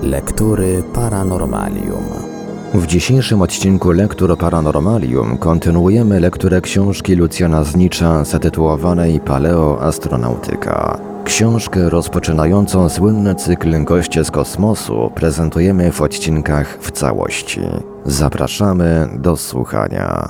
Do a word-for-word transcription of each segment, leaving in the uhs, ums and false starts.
Lektury Paranormalium. W dzisiejszym odcinku Lektur Paranormalium kontynuujemy lekturę książki Lucjana Znicza zatytułowanej Paleoastronautyka. Książkę rozpoczynającą słynny cykl Goście z kosmosu prezentujemy w odcinkach w całości. Zapraszamy do słuchania.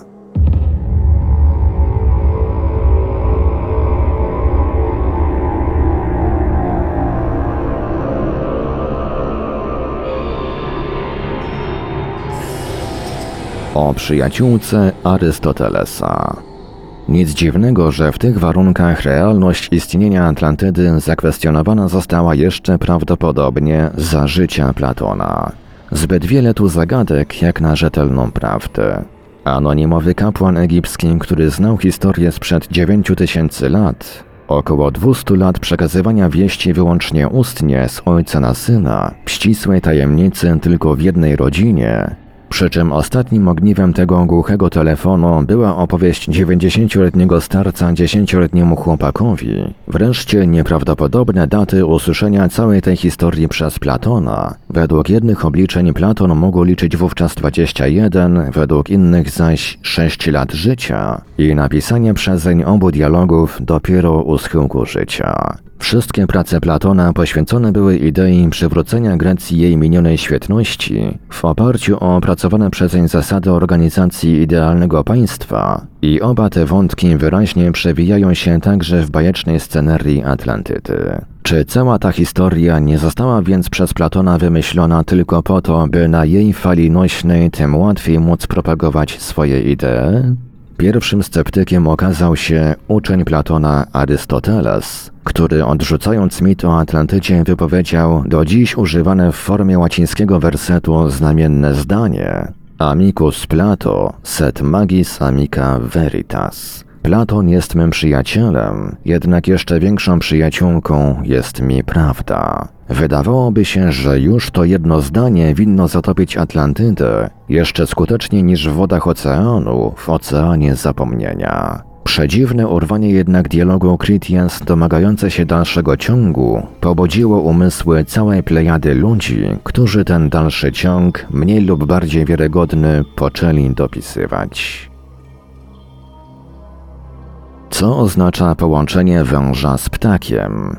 O przyjaciółce Arystotelesa. Nic dziwnego, że w tych warunkach realność istnienia Atlantydy zakwestionowana została jeszcze prawdopodobnie za życia Platona. Zbyt wiele tu zagadek jak na rzetelną prawdę. Anonimowy kapłan egipski, który znał historię sprzed dziewięciu tysięcy lat, około dwustu lat przekazywania wieści wyłącznie ustnie z ojca na syna, ścisłej tajemnicy tylko w jednej rodzinie, przy czym ostatnim ogniwem tego głuchego telefonu była opowieść dziewięćdziesięcioletniego starca dziesięcioletniemu chłopakowi. Wreszcie nieprawdopodobne daty usłyszenia całej tej historii przez Platona. Według jednych obliczeń Platon mógł liczyć wówczas dwadzieścia jeden, według innych zaś sześć lat życia i napisanie przezeń obu dialogów dopiero u schyłku życia. Wszystkie prace Platona poświęcone były idei przywrócenia Grecji jej minionej świetności w oparciu o opracowane przezeń zasady organizacji idealnego państwa i oba te wątki wyraźnie przewijają się także w bajecznej scenerii Atlantydy. Czy cała ta historia nie została więc przez Platona wymyślona tylko po to, by na jej fali nośnej tym łatwiej móc propagować swoje idee? Pierwszym sceptykiem okazał się uczeń Platona Arystoteles, który odrzucając mit o Atlantydzie wypowiedział do dziś używane w formie łacińskiego wersetu znamienne zdanie: Amicus Plato, sed magis amica veritas. Platon jest mym przyjacielem, jednak jeszcze większą przyjaciółką jest mi prawda. Wydawałoby się, że już to jedno zdanie winno zatopić Atlantydę jeszcze skuteczniej niż w wodach oceanu, w oceanie zapomnienia. Przedziwne urwanie jednak dialogu Critias domagające się dalszego ciągu pobudziło umysły całej plejady ludzi, którzy ten dalszy ciąg, mniej lub bardziej wiarygodny, poczęli dopisywać. Co oznacza połączenie węża z ptakiem?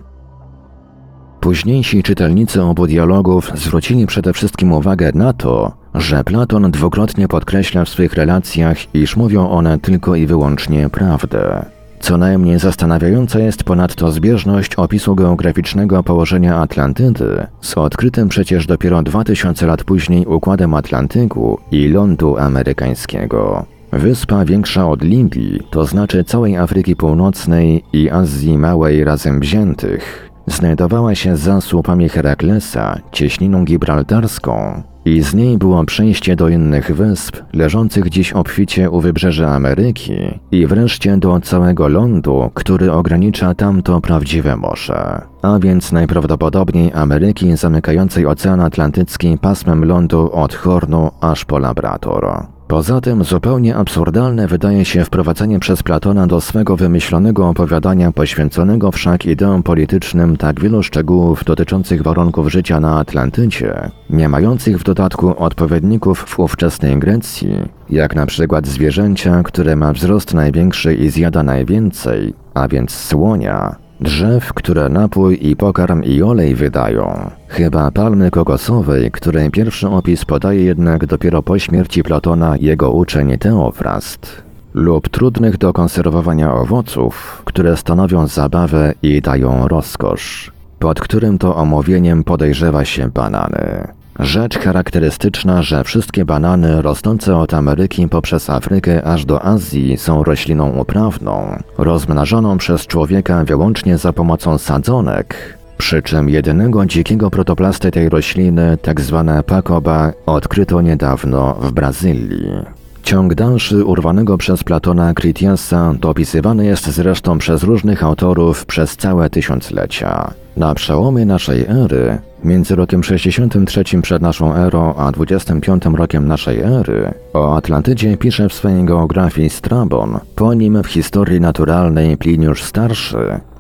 Późniejsi czytelnicy obu dialogów zwrócili przede wszystkim uwagę na to, że Platon dwukrotnie podkreśla w swych relacjach, iż mówią one tylko i wyłącznie prawdę. Co najmniej zastanawiająca jest ponadto zbieżność opisu geograficznego położenia Atlantydy z odkrytym przecież dopiero dwa tysiące lat później układem Atlantyku i lądu amerykańskiego. Wyspa większa od Libii, to znaczy całej Afryki Północnej i Azji Małej razem wziętych, znajdowała się za słupami Heraklesa, cieśniną gibraltarską, i z niej było przejście do innych wysp, leżących dziś obficie u wybrzeża Ameryki, i wreszcie do całego lądu, który ogranicza tamto prawdziwe morze, a więc najprawdopodobniej Ameryki zamykającej Ocean Atlantycki pasmem lądu od Hornu aż po Labrador. Poza tym zupełnie absurdalne wydaje się wprowadzenie przez Platona do swego wymyślonego opowiadania poświęconego wszak ideom politycznym tak wielu szczegółów dotyczących warunków życia na Atlantydzie, nie mających w dodatku odpowiedników w ówczesnej Grecji, jak na przykład zwierzęcia, które ma wzrost największy i zjada najwięcej, a więc słonia, drzew, które napój i pokarm i olej wydają, chyba palmy kokosowej, której pierwszy opis podaje jednak dopiero po śmierci Platona jego uczeń Teofrast, lub trudnych do konserwowania owoców, które stanowią zabawę i dają rozkosz, pod którym to omówieniem podejrzewa się banany. Rzecz charakterystyczna, że wszystkie banany rosnące od Ameryki poprzez Afrykę aż do Azji są rośliną uprawną, rozmnażaną przez człowieka wyłącznie za pomocą sadzonek, przy czym jedynego dzikiego protoplasty tej rośliny, tak zwane pacoba, odkryto niedawno w Brazylii. Ciąg dalszy urwanego przez Platona Critiasa dopisywany jest zresztą przez różnych autorów przez całe tysiąclecia. Na przełomie naszej ery, między rokiem sześćdziesiątym trzecim przed naszą erą a dwudziestym piątym rokiem naszej ery, o Atlantydzie pisze w swojej geografii Strabon, po nim w historii naturalnej Pliniusz Starszy,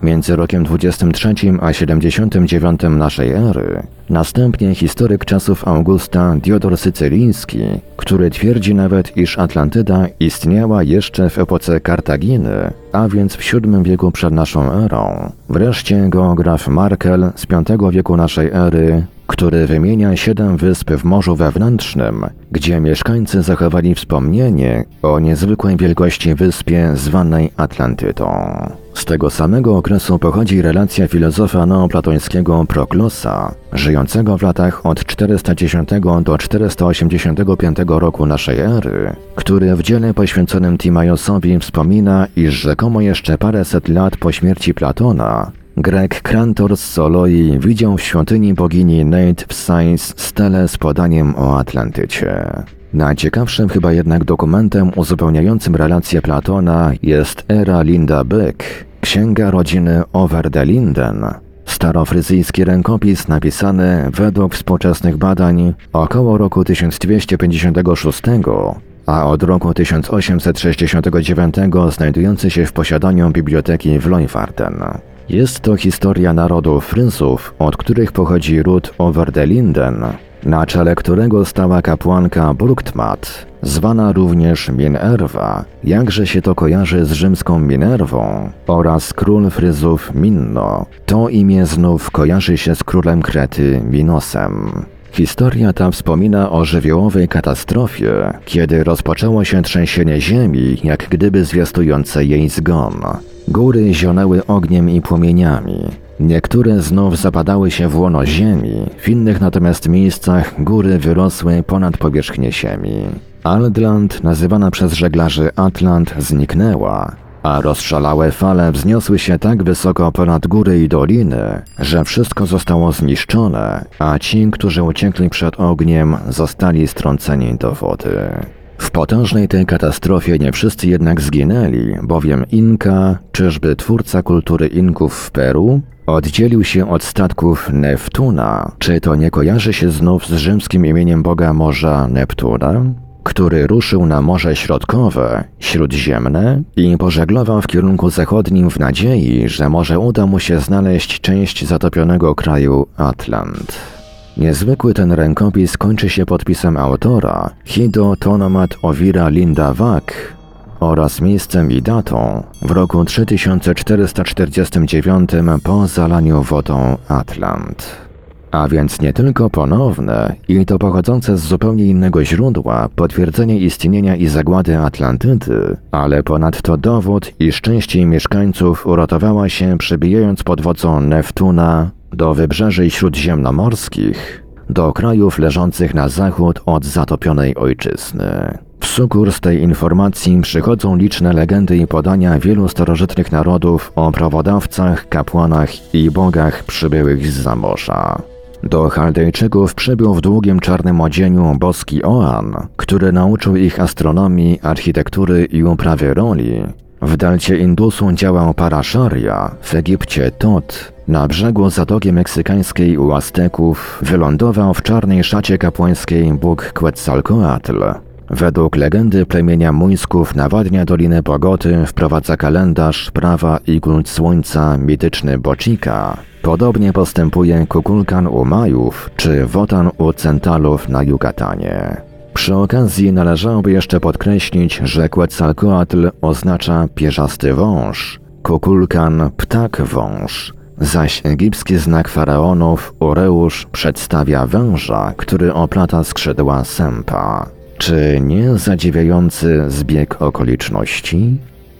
między rokiem dwudziestym trzecim a siedemdziesiątym dziewiątym naszej ery. Następnie historyk czasów Augusta Diodor Sycylijski, który twierdzi nawet, iż Atlantyda istniała jeszcze w epoce Kartaginy, a więc w siódmym wieku przed naszą erą. Wreszcie geograf Markel z piątego wieku naszej ery, który wymienia siedem wysp w Morzu Wewnętrznym, gdzie mieszkańcy zachowali wspomnienie o niezwykłej wielkości wyspie zwanej Atlantydą. Z tego samego okresu pochodzi relacja filozofa neoplatońskiego Proklosa, żyjącego w latach od czterysta dziesiątego do czterysta osiemdziesiątego piątego roku naszej ery, który w dziele poświęconym Timaiosowi wspomina, iż rzekomo jeszcze paręset lat po śmierci Platona Grek Krantor z Soloi widział w świątyni bogini Neit w Sais stelę z podaniem o Atlantycie. Najciekawszym chyba jednak dokumentem uzupełniającym relację Platona jest Era Linda Byk, księga rodziny Over de Linden, starofryzyjski rękopis napisany według współczesnych badań około roku tysiąc dwieście pięćdziesiątego szóstego, a od roku tysiąc osiemset sześćdziesiątego dziewiątego znajdujący się w posiadaniu biblioteki w Leeuwarden. Jest to historia narodu Frysów, od których pochodzi ród Over de Linden, na czele którego stała kapłanka Burgtmat, zwana również Minerva, jakże się to kojarzy z rzymską Minerwą, oraz król Fryzów Minno. To imię znów kojarzy się z królem Krety Minosem. Historia ta wspomina o żywiołowej katastrofie, kiedy rozpoczęło się trzęsienie ziemi, jak gdyby zwiastujące jej zgon. Góry zionęły ogniem i płomieniami. Niektóre znów zapadały się w łono ziemi, w innych natomiast miejscach góry wyrosły ponad powierzchnię ziemi. Aldland, nazywana przez żeglarzy Atlant, zniknęła, a rozszalałe fale wzniosły się tak wysoko ponad góry i doliny, że wszystko zostało zniszczone, a ci, którzy uciekli przed ogniem, zostali strąceni do wody. W potężnej tej katastrofie nie wszyscy jednak zginęli, bowiem Inka, czyżby twórca kultury Inków w Peru, oddzielił się od statków Neftuna. Czy to nie kojarzy się znów z rzymskim imieniem boga morza Neptuna? Który ruszył na Morze Środkowe, Śródziemne i pożeglował w kierunku zachodnim w nadziei, że może uda mu się znaleźć część zatopionego kraju Atlant. Niezwykły ten rękopis kończy się podpisem autora Hido Tonomat Ovira Linda Vak oraz miejscem i datą w roku trzy tysiące czterysta czterdziestym dziewiątym po zalaniu wodą Atlant. A więc nie tylko ponowne, i to pochodzące z zupełnie innego źródła, potwierdzenie istnienia i zagłady Atlantydy, ale ponadto dowód, iż część jej mieszkańców uratowała się przybijając pod wodzą Neftuna do wybrzeży śródziemnomorskich, do krajów leżących na zachód od zatopionej ojczyzny. W sukurs tej informacji przychodzą liczne legendy i podania wielu starożytnych narodów o prawodawcach, kapłanach i bogach przybyłych zza morza. Do Chaldejczyków przybył w długim czarnym odzieniu boski Oan, który nauczył ich astronomii, architektury i uprawy roli. W delcie Indusu działał Parasharia, w Egipcie Tot, na brzegu Zatoki Meksykańskiej u Azteków wylądował w czarnej szacie kapłańskiej bóg Quetzalcoatl. Według legendy plemienia Muńsków nawadnia Dolinę Bogoty, wprowadza kalendarz, prawa i kult słońca mityczny Bochika. Podobnie postępuje Kukulkan u Majów czy Wotan u Centalów na Yucatanie. Przy okazji należałoby jeszcze podkreślić, że Quetzalcoatl oznacza pierzasty wąż, Kukulkan ptak wąż, zaś egipski znak faraonów Ureusz przedstawia węża, który oplata skrzydła sępa. Czy nie zadziwiający zbieg okoliczności?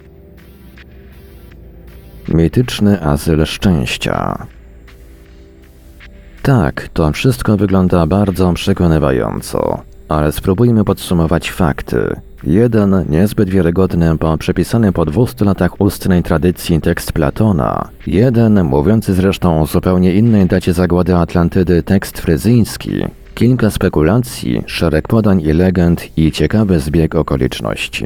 Mityczny azyl szczęścia. Tak, to wszystko wygląda bardzo przekonywająco, ale spróbujmy podsumować fakty. Jeden, niezbyt wiarygodny, bo przepisany po dwustu latach ustnej tradycji tekst Platona. Jeden, mówiący zresztą o zupełnie innej dacie zagłady Atlantydy tekst fryzyjski. Kilka spekulacji, szereg podań i legend i ciekawy zbieg okoliczności.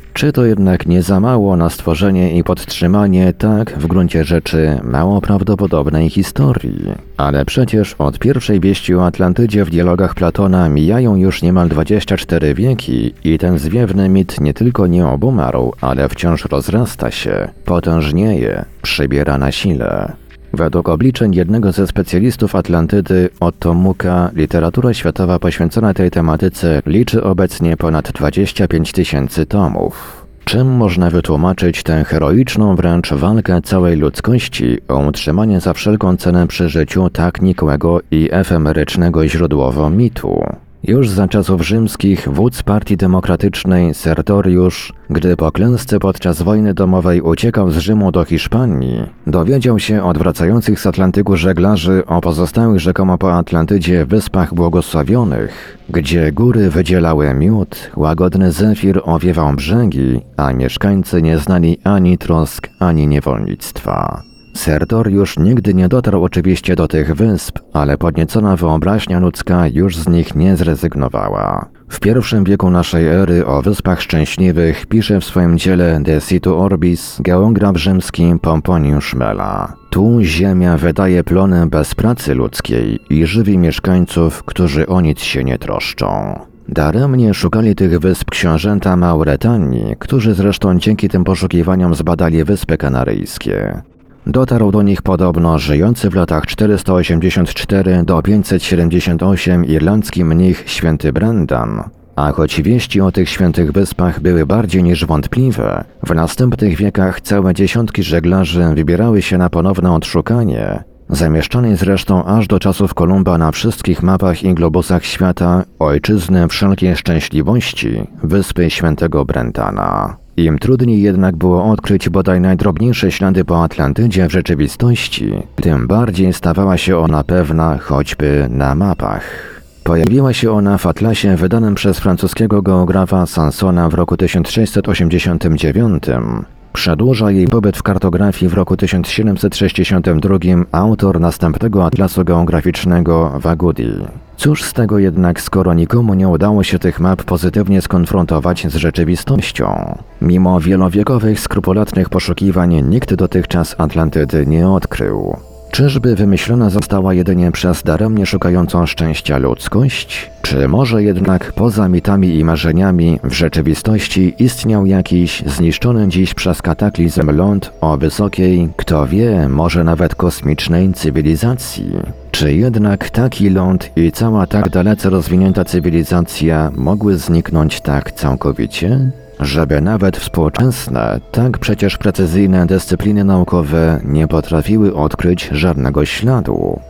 Czy to jednak nie za mało na stworzenie i podtrzymanie tak w gruncie rzeczy mało prawdopodobnej historii? Ale przecież od pierwszej wieści o Atlantydzie w dialogach Platona mijają już niemal dwadzieścia cztery wieki i ten zwiewny mit nie tylko nie obumarł, ale wciąż rozrasta się, potężnieje, przybiera na sile. Według obliczeń jednego ze specjalistów Atlantydy, Otto Mucha, literatura światowa poświęcona tej tematyce liczy obecnie ponad dwadzieścia pięć tysięcy tomów. Czym można wytłumaczyć tę heroiczną wręcz walkę całej ludzkości o utrzymanie za wszelką cenę przy życiu tak nikłego i efemerycznego źródłowo mitu? Już za czasów rzymskich wódz partii demokratycznej Sertoriusz, gdy po klęsce podczas wojny domowej uciekał z Rzymu do Hiszpanii, dowiedział się od wracających z Atlantyku żeglarzy o pozostałych rzekomo po Atlantydzie wyspach błogosławionych, gdzie góry wydzielały miód, łagodny zefir owiewał brzegi, a mieszkańcy nie znali ani trosk, ani niewolnictwa. Sertoriusz nigdy nie dotarł oczywiście do tych wysp, ale podniecona wyobraźnia ludzka już z nich nie zrezygnowała. W pierwszym wieku naszej ery o Wyspach Szczęśliwych pisze w swoim dziele De Situ Orbis geograf rzymski Pomponiusz Mela. Tu ziemia wydaje plony bez pracy ludzkiej i żywi mieszkańców, którzy o nic się nie troszczą. Daremnie szukali tych wysp książęta Mauretanii, którzy zresztą dzięki tym poszukiwaniom zbadali Wyspy Kanaryjskie. Dotarł do nich podobno żyjący w latach czterysta osiemdziesiąt cztery do pięćset siedemdziesiąt osiem irlandzki mnich święty Brendan, a choć wieści o tych świętych wyspach były bardziej niż wątpliwe, w następnych wiekach całe dziesiątki żeglarzy wybierały się na ponowne odszukanie, zamieszczanej zresztą aż do czasów Kolumba na wszystkich mapach i globusach świata ojczyzny wszelkiej szczęśliwości, wyspy świętego Brendana. Im trudniej jednak było odkryć bodaj najdrobniejsze ślady po Atlantydzie w rzeczywistości, tym bardziej stawała się ona pewna choćby na mapach. Pojawiła się ona w atlasie wydanym przez francuskiego geografa Sansona w roku tysiąc sześćset osiemdziesiątym dziewiątym. Przedłuża jej pobyt w kartografii w roku tysiąc siedemset sześćdziesiątym drugim autor następnego atlasu geograficznego Vagudi. Cóż z tego jednak, skoro nikomu nie udało się tych map pozytywnie skonfrontować z rzeczywistością? Mimo wielowiekowych, skrupulatnych poszukiwań nikt dotychczas Atlantydy nie odkrył. Czyżby wymyślona została jedynie przez daremnie szukającą szczęścia ludzkość? Czy może jednak poza mitami i marzeniami w rzeczywistości istniał jakiś zniszczony dziś przez kataklizm ląd o wysokiej, kto wie, może nawet kosmicznej cywilizacji? Czy jednak taki ląd i cała tak dalece rozwinięta cywilizacja mogły zniknąć tak całkowicie? Żeby nawet współczesne, tak przecież precyzyjne dyscypliny naukowe nie potrafiły odkryć żadnego śladu.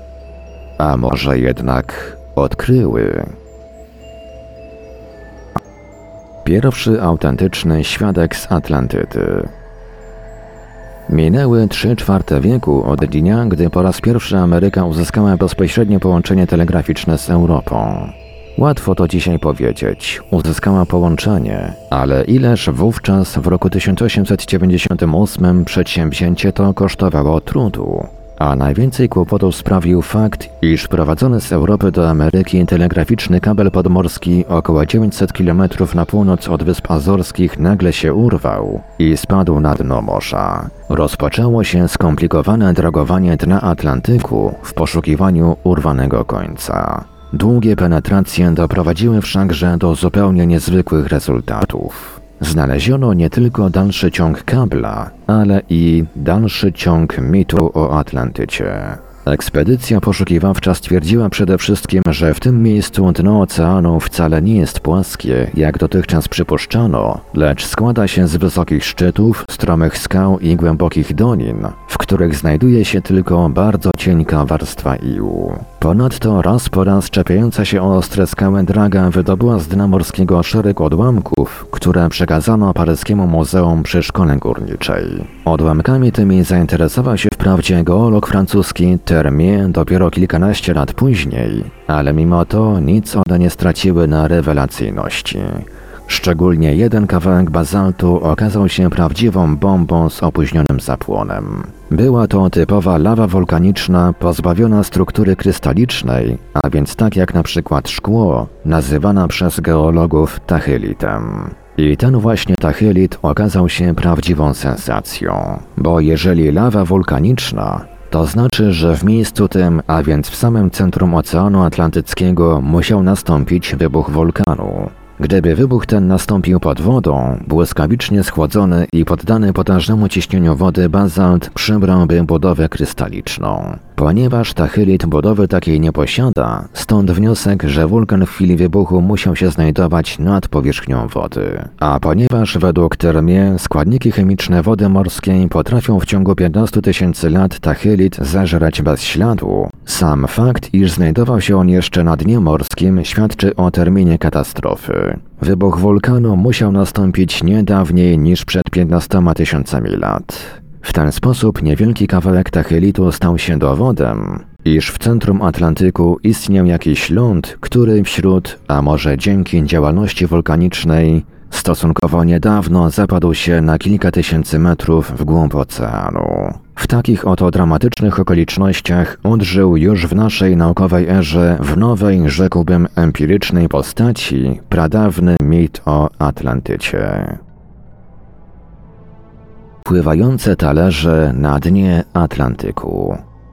A może jednak odkryły? Pierwszy autentyczny świadek z Atlantydy. Minęły trzy czwarte wieku od dnia, gdy po raz pierwszy Ameryka uzyskała bezpośrednie połączenie telegraficzne z Europą. Łatwo to dzisiaj powiedzieć, uzyskała połączenie, ale ileż wówczas w roku tysiąc osiemset dziewięćdziesiątym ósmym przedsięwzięcie to kosztowało trudu. A najwięcej kłopotów sprawił fakt, iż prowadzony z Europy do Ameryki telegraficzny kabel podmorski około dziewięćset kilometrów na północ od Wysp Azorskich nagle się urwał i spadł na dno morza. Rozpoczęło się skomplikowane drogowanie dna Atlantyku w poszukiwaniu urwanego końca. Długie penetracje doprowadziły wszakże do zupełnie niezwykłych rezultatów. Znaleziono nie tylko dalszy ciąg kabla, ale i dalszy ciąg mitu o Atlantycie. Ekspedycja poszukiwawcza stwierdziła przede wszystkim, że w tym miejscu dno oceanu wcale nie jest płaskie, jak dotychczas przypuszczano, lecz składa się z wysokich szczytów, stromych skał i głębokich dolin, w których znajduje się tylko bardzo cienka warstwa iłu. Ponadto raz po raz czepiająca się o ostre skały draga wydobyła z dna morskiego szereg odłamków, które przekazano paryskiemu muzeum przy szkole górniczej. Odłamkami tymi zainteresował się wprawdzie geolog francuski Termier dopiero kilkanaście lat później, ale mimo to nic one nie straciły na rewelacyjności. Szczególnie jeden kawałek bazaltu okazał się prawdziwą bombą z opóźnionym zapłonem. Była to typowa lawa wulkaniczna pozbawiona struktury krystalicznej, a więc tak jak na przykład szkło, nazywana przez geologów tachylitem. I ten właśnie tachylit okazał się prawdziwą sensacją, bo jeżeli lawa wulkaniczna, to znaczy, że w miejscu tym, a więc w samym centrum Oceanu Atlantyckiego, musiał nastąpić wybuch wulkanu. Gdyby wybuch ten nastąpił pod wodą, błyskawicznie schłodzony i poddany potężnemu ciśnieniu wody bazalt przybrałby budowę krystaliczną. Ponieważ tachylit budowy takiej nie posiada, stąd wniosek, że wulkan w chwili wybuchu musiał się znajdować nad powierzchnią wody. A ponieważ według Termie składniki chemiczne wody morskiej potrafią w ciągu piętnastu tysięcy lat tachylit zeżreć bez śladu, sam fakt, iż znajdował się on jeszcze na dnie morskim, świadczy o terminie katastrofy. Wybuch wulkanu musiał nastąpić nie dawniej niż przed piętnastoma tysiącami lat. W ten sposób niewielki kawałek tachylitu stał się dowodem, iż w centrum Atlantyku istniał jakiś ląd, który wśród, a może dzięki działalności wulkanicznej, stosunkowo niedawno zapadł się na kilka tysięcy metrów w głąb oceanu. W takich oto dramatycznych okolicznościach odżył już w naszej naukowej erze w nowej, rzekłbym, empirycznej postaci pradawny mit o Atlantycie. Pływające talerze na dnie Atlantyku.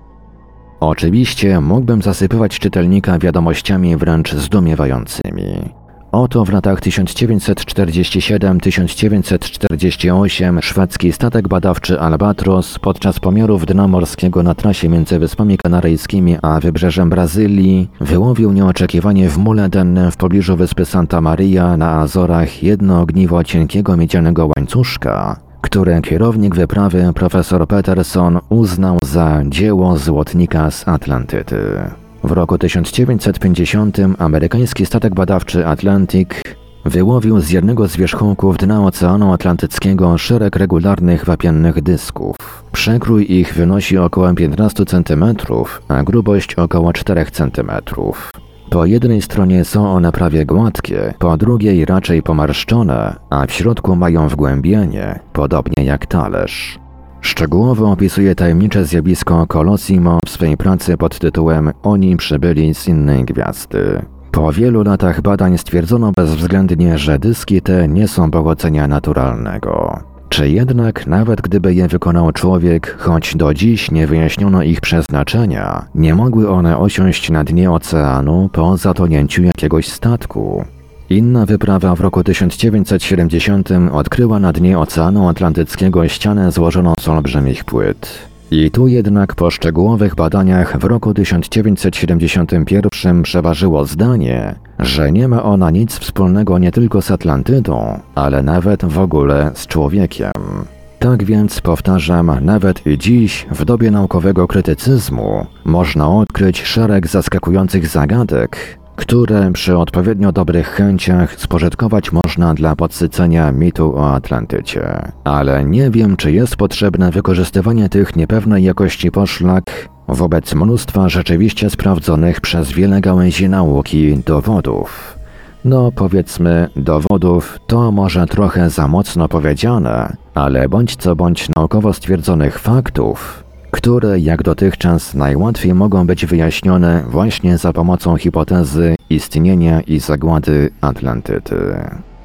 Oczywiście mógłbym zasypywać czytelnika wiadomościami wręcz zdumiewającymi. Oto w latach tysiąc dziewięćset czterdziestym siódmym do tysiąc dziewięćset czterdziestego ósmego szwedzki statek badawczy Albatros podczas pomiarów dna morskiego na trasie między Wyspami Kanaryjskimi a wybrzeżem Brazylii wyłowił nieoczekiwanie w mule dennym w pobliżu wyspy Santa Maria na Azorach jedno ogniwo cienkiego miedzianego łańcuszka, które kierownik wyprawy profesor Peterson uznał za dzieło złotnika z Atlantydy. W roku tysiąc dziewięćset pięćdziesiątym amerykański statek badawczy Atlantic wyłowił z jednego z wierzchołków dna Oceanu Atlantyckiego szereg regularnych wapiennych dysków. Przekrój ich wynosi około piętnaście centymetrów, a grubość około czterech centymetrów. Po jednej stronie są one prawie gładkie, po drugiej raczej pomarszczone, a w środku mają wgłębienie, podobnie jak talerz. Szczegółowo opisuje tajemnicze zjawisko Colosimo w swej pracy pod tytułem Oni przybyli z innej gwiazdy. Po wielu latach badań stwierdzono bezwzględnie, że dyski te nie są pochodzenia naturalnego. Czy jednak, nawet gdyby je wykonał człowiek, choć do dziś nie wyjaśniono ich przeznaczenia, nie mogły one osiąść na dnie oceanu po zatonięciu jakiegoś statku? Inna wyprawa w roku tysiąc dziewięćset siedemdziesiątym odkryła na dnie Oceanu Atlantyckiego ścianę złożoną z olbrzymich płyt. I tu jednak po szczegółowych badaniach w roku tysiąc dziewięćset siedemdziesiątym pierwszym przeważyło zdanie, że nie ma ona nic wspólnego nie tylko z Atlantydą, ale nawet w ogóle z człowiekiem. Tak więc, powtarzam, nawet i dziś, w dobie naukowego krytycyzmu, można odkryć szereg zaskakujących zagadek, które przy odpowiednio dobrych chęciach spożytkować można dla podsycenia mitu o Atlantycie. Ale nie wiem, czy jest potrzebne wykorzystywanie tych niepewnej jakości poszlak wobec mnóstwa rzeczywiście sprawdzonych przez wiele gałęzi nauki dowodów. No, powiedzmy, dowodów to może trochę za mocno powiedziane, ale bądź co bądź naukowo stwierdzonych faktów, które jak dotychczas najłatwiej mogą być wyjaśnione właśnie za pomocą hipotezy istnienia i zagłady Atlantydy.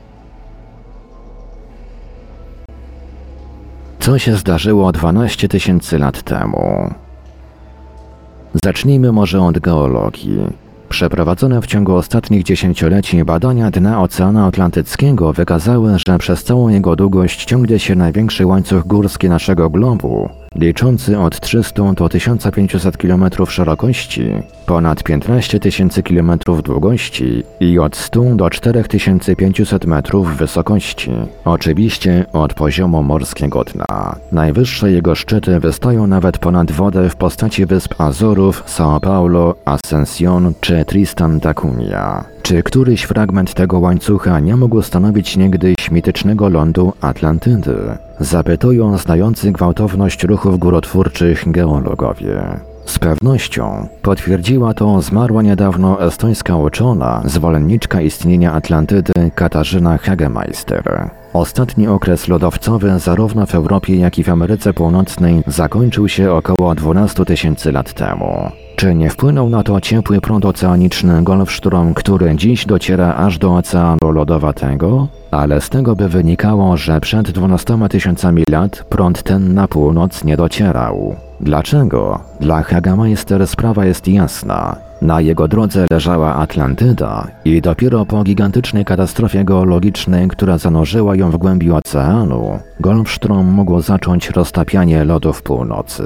Co się zdarzyło dwanaście tysięcy lat temu? Zacznijmy może od geologii. Przeprowadzone w ciągu ostatnich dziesięcioleci badania dna Oceanu Atlantyckiego wykazały, że przez całą jego długość ciągnie się największy łańcuch górski naszego globu, liczący od trzystu do tysiąca pięciuset kilometrów szerokości, ponad piętnaście tysięcy kilometrów długości i od stu do czterech tysięcy pięciuset metrów wysokości. Oczywiście od poziomu morskiego dna. Najwyższe jego szczyty wystają nawet ponad wodę w postaci wysp Azorów, São Paulo, Ascension czy Tristan da Cunha. Czy któryś fragment tego łańcucha nie mógł stanowić niegdyś mitycznego lądu Atlantydy? Zapytują znający gwałtowność ruchów górotwórczych geologowie. Z pewnością potwierdziła to zmarła niedawno estońska uczona, zwolenniczka istnienia Atlantydy Katarzyna Hagemeister. Ostatni okres lodowcowy zarówno w Europie, jak i w Ameryce Północnej zakończył się około dwunastu tysięcy lat temu. Czy nie wpłynął na to ciepły prąd oceaniczny Golfstrom, który dziś dociera aż do Oceanu Lodowatego? Ale z tego by wynikało, że przed dwunastoma tysiącami lat prąd ten na północ nie docierał. Dlaczego? Dla Hagameister sprawa jest jasna. Na jego drodze leżała Atlantyda i dopiero po gigantycznej katastrofie geologicznej, która zanurzyła ją w głębi oceanu, Golfstrom mógł zacząć roztapianie lodów północy.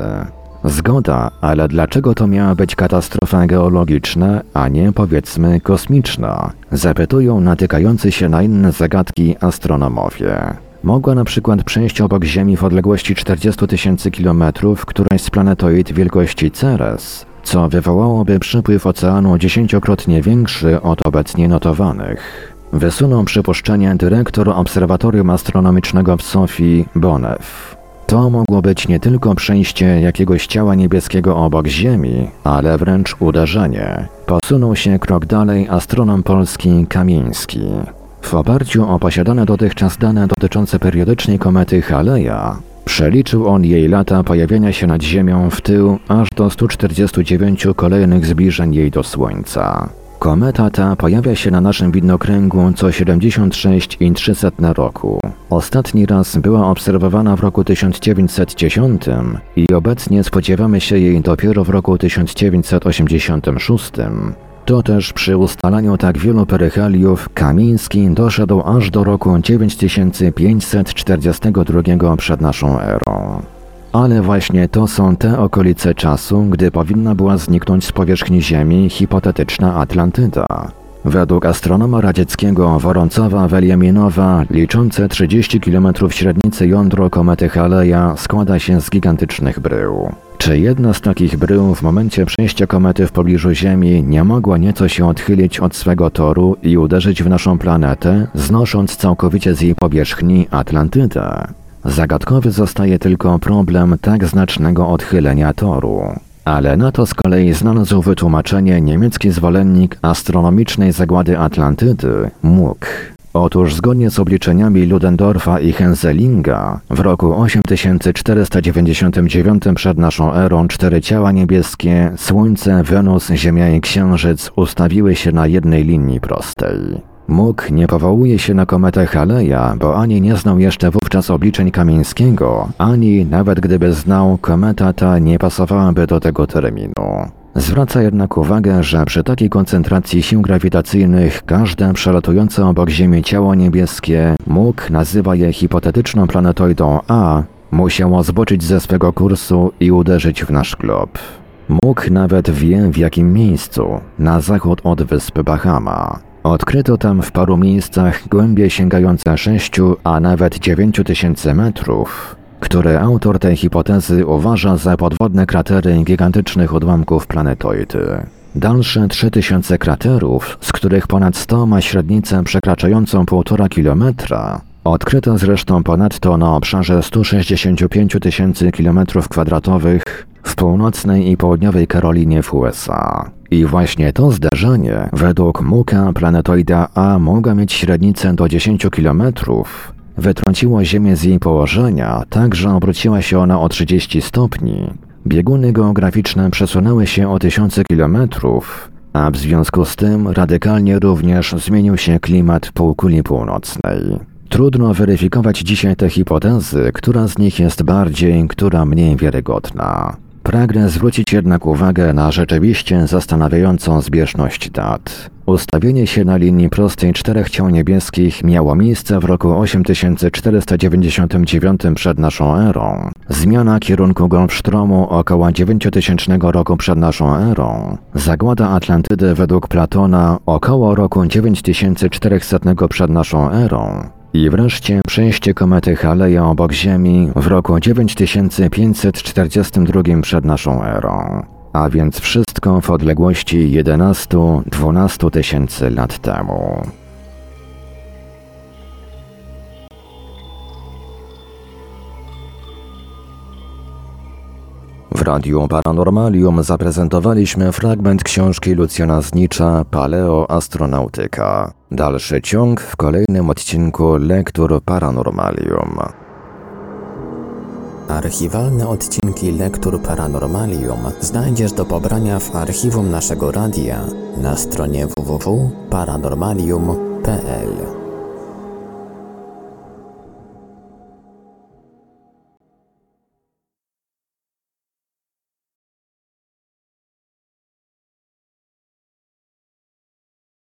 Zgoda, ale dlaczego to miała być katastrofa geologiczna, a nie powiedzmy kosmiczna? Zapytują natykający się na inne zagadki astronomowie. Mogła na przykład przejść obok Ziemi w odległości czterdziestu tysięcy kilometrów któraś z planetoid wielkości Ceres, co wywołałoby przypływ oceanu dziesięciokrotnie większy od obecnie notowanych. Wysunął przypuszczenie dyrektor Obserwatorium Astronomicznego w Sofii, Bonev. To mogło być nie tylko przejście jakiegoś ciała niebieskiego obok Ziemi, ale wręcz uderzenie. Posunął się krok dalej astronom polski Kamiński. W oparciu o posiadane dotychczas dane dotyczące periodycznej komety Haleja, przeliczył on jej lata pojawiania się nad Ziemią w tył aż do stu czterdziestu dziewięciu kolejnych zbliżeń jej do Słońca. Kometa ta pojawia się na naszym widnokręgu co siedemdziesiąt sześć i trzy setne roku. Ostatni raz była obserwowana w roku tysiąc dziewięćset dziesiątym i obecnie spodziewamy się jej dopiero w roku tysiąc dziewięćset osiemdziesiątym szóstym. To też przy ustalaniu tak wielu peryheliów Kamiński doszedł aż do roku dziewięć tysięcy pięćset czterdziestego drugiego przed naszą erą. Ale właśnie to są te okolice czasu, gdy powinna była zniknąć z powierzchni Ziemi hipotetyczna Atlantyda. Według astronoma radzieckiego Woroncowa-Weliaminowa liczące trzydzieści kilometrów średnicy jądro komety Haleja składa się z gigantycznych brył. Czy jedna z takich brył w momencie przejścia komety w pobliżu Ziemi nie mogła nieco się odchylić od swego toru i uderzyć w naszą planetę, znosząc całkowicie z jej powierzchni Atlantydę? Zagadkowy zostaje tylko problem tak znacznego odchylenia toru. Ale na to z kolei znalazł wytłumaczenie niemiecki zwolennik astronomicznej zagłady Atlantydy, Muck. Otóż zgodnie z obliczeniami Ludendorffa i Henselinga, w roku osiem tysięcy czterysta dziewięćdziesiątym dziewiątym przed naszą erą cztery ciała niebieskie, Słońce, Wenus, Ziemia i Księżyc ustawiły się na jednej linii prostej. Muck nie powołuje się na kometę Haleja, bo ani nie znał jeszcze wówczas obliczeń Kamińskiego, ani, nawet gdyby znał, kometa ta nie pasowałaby do tego terminu. Zwraca jednak uwagę, że przy takiej koncentracji sił grawitacyjnych każde przelatujące obok Ziemi ciało niebieskie, Muck nazywa je hipotetyczną planetoidą A, musiało zboczyć ze swego kursu i uderzyć w nasz glob. Muck nawet wie, w jakim miejscu, na zachód od wysp Bahama. Odkryto tam w paru miejscach głębie sięgające sześciu, a nawet dziewięciu tysięcy metrów, które autor tej hipotezy uważa za podwodne kratery gigantycznych odłamków planetoidy. Dalsze trzy tysiące kraterów, z których ponad sto ma średnicę przekraczającą półtora kilometra, odkryto zresztą ponadto na obszarze stu sześćdziesięciu pięciu tysięcy kilometrów kwadratowych w północnej i południowej Karolinie w U S A. I właśnie to zdarzenie, według Mucka planetoida A mogła mieć średnicę do dziesięciu kilometrów, wytrąciło Ziemię z jej położenia, tak że obróciła się ona o trzydzieści stopni. Bieguny geograficzne przesunęły się o tysiące kilometrów, a w związku z tym radykalnie również zmienił się klimat półkuli północnej. Trudno weryfikować dzisiaj te hipotezy, która z nich jest bardziej, która mniej wiarygodna. Pragnę zwrócić jednak uwagę na rzeczywiście zastanawiającą zbieżność dat. Ustawienie się na linii prostej czterech ciał niebieskich miało miejsce w roku osiem tysięcy czterysta dziewięćdziesiątym dziewiątym przed naszą erą. Zmiana kierunku Golfstromu około dziewięciotysięcznego roku przed naszą erą. Zagłada Atlantydy według Platona około roku dziewięć tysięcy czterysta przed naszą erą. I wreszcie przejście komety Haleja obok Ziemi w roku dziewięć tysięcy pięćset czterdziestym drugim przed naszą erą. A więc wszystko w odległości jedenastu do dwunastu tysięcy lat temu. W Radiu Paranormalium zaprezentowaliśmy fragment książki Lucjana Znicza Paleoastronautyka. Dalszy ciąg w kolejnym odcinku Lektur Paranormalium. Archiwalne odcinki Lektur Paranormalium znajdziesz do pobrania w archiwum naszego radia na stronie w w w kropka paranormalium kropka p l.